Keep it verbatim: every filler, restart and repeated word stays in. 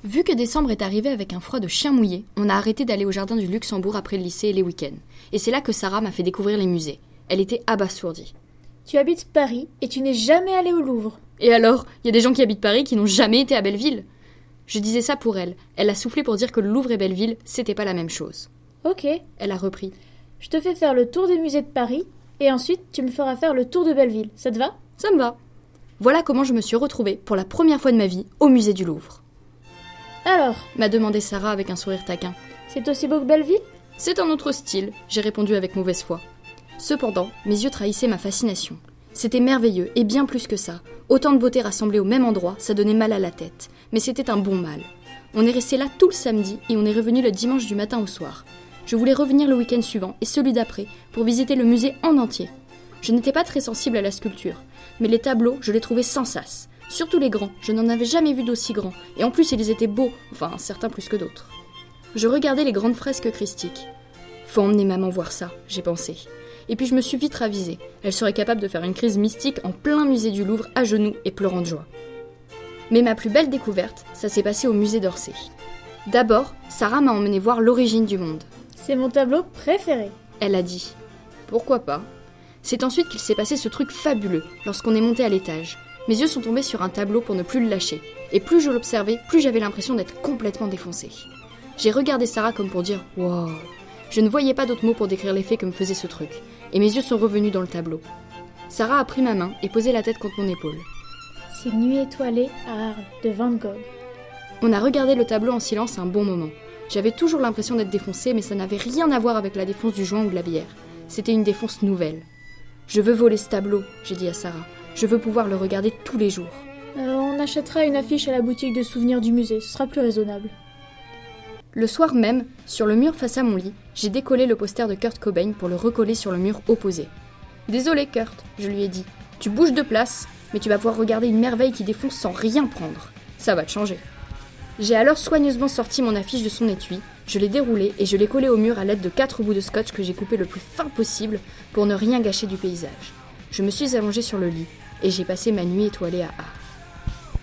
Vu que décembre est arrivé avec un froid de chien mouillé, on a arrêté d'aller au jardin du Luxembourg après le lycée et les week-ends. Et c'est là que Sarah m'a fait découvrir les musées. Elle était abasourdie. Tu habites Paris et tu n'es jamais allée au Louvre. Et alors, il y a des gens qui habitent Paris qui n'ont jamais été à Belleville. Je disais ça pour elle. Elle a soufflé pour dire que le Louvre et Belleville, c'était pas la même chose. Ok. Elle a repris. Je te fais faire le tour des musées de Paris et ensuite tu me feras faire le tour de Belleville. Ça te va ? Ça me va. Voilà comment je me suis retrouvée pour la première fois de ma vie au musée du Louvre. Alors, m'a demandé Sarah avec un sourire taquin. C'est aussi beau que Belleville ? C'est un autre style, j'ai répondu avec mauvaise foi. Cependant, mes yeux trahissaient ma fascination. C'était merveilleux, et bien plus que ça. Autant de beauté rassemblée au même endroit, ça donnait mal à la tête. Mais c'était un bon mal. On est resté là tout le samedi, et on est revenu le dimanche du matin au soir. Je voulais revenir le week-end suivant, et celui d'après, pour visiter le musée en entier. Je n'étais pas très sensible à la sculpture, mais les tableaux, je les trouvais sans sas. Surtout les grands, je n'en avais jamais vu d'aussi grands, et en plus ils étaient beaux, enfin certains plus que d'autres. Je regardais les grandes fresques christiques. Faut emmener maman voir ça, j'ai pensé. Et puis je me suis vite ravisée, elle serait capable de faire une crise mystique en plein musée du Louvre, à genoux et pleurant de joie. Mais ma plus belle découverte, ça s'est passé au musée d'Orsay. D'abord, Sarah m'a emmenée voir l'origine du monde. C'est mon tableau préféré. Elle a dit. Pourquoi pas ? C'est ensuite qu'il s'est passé ce truc fabuleux, lorsqu'on est monté à l'étage. Mes yeux sont tombés sur un tableau pour ne plus le lâcher, et plus je l'observais, plus j'avais l'impression d'être complètement défoncée. J'ai regardé Sarah comme pour dire « Wow !» Je ne voyais pas d'autres mots pour décrire l'effet que me faisait ce truc, et mes yeux sont revenus dans le tableau. Sarah a pris ma main et posé la tête contre mon épaule. C'est Nuit étoilée à Arles, de Van Gogh. On a regardé le tableau en silence un bon moment. J'avais toujours l'impression d'être défoncée, mais ça n'avait rien à voir avec la défonce du joint ou de la bière. C'était une défonce nouvelle. « Je veux voler ce tableau », j'ai dit à Sarah. Je veux pouvoir le regarder tous les jours. Euh, on achètera une affiche à la boutique de souvenirs du musée, ce sera plus raisonnable. Le soir même, sur le mur face à mon lit, j'ai décollé le poster de Kurt Cobain pour le recoller sur le mur opposé. « Désolé Kurt », je lui ai dit. « Tu bouges de place, mais tu vas pouvoir regarder une merveille qui défonce sans rien prendre. Ça va te changer. » J'ai alors soigneusement sorti mon affiche de son étui, je l'ai déroulée et je l'ai collée au mur à l'aide de quatre bouts de scotch que j'ai coupés le plus fin possible pour ne rien gâcher du paysage. Je me suis allongée sur le lit et j'ai passé ma nuit étoilée à Arles.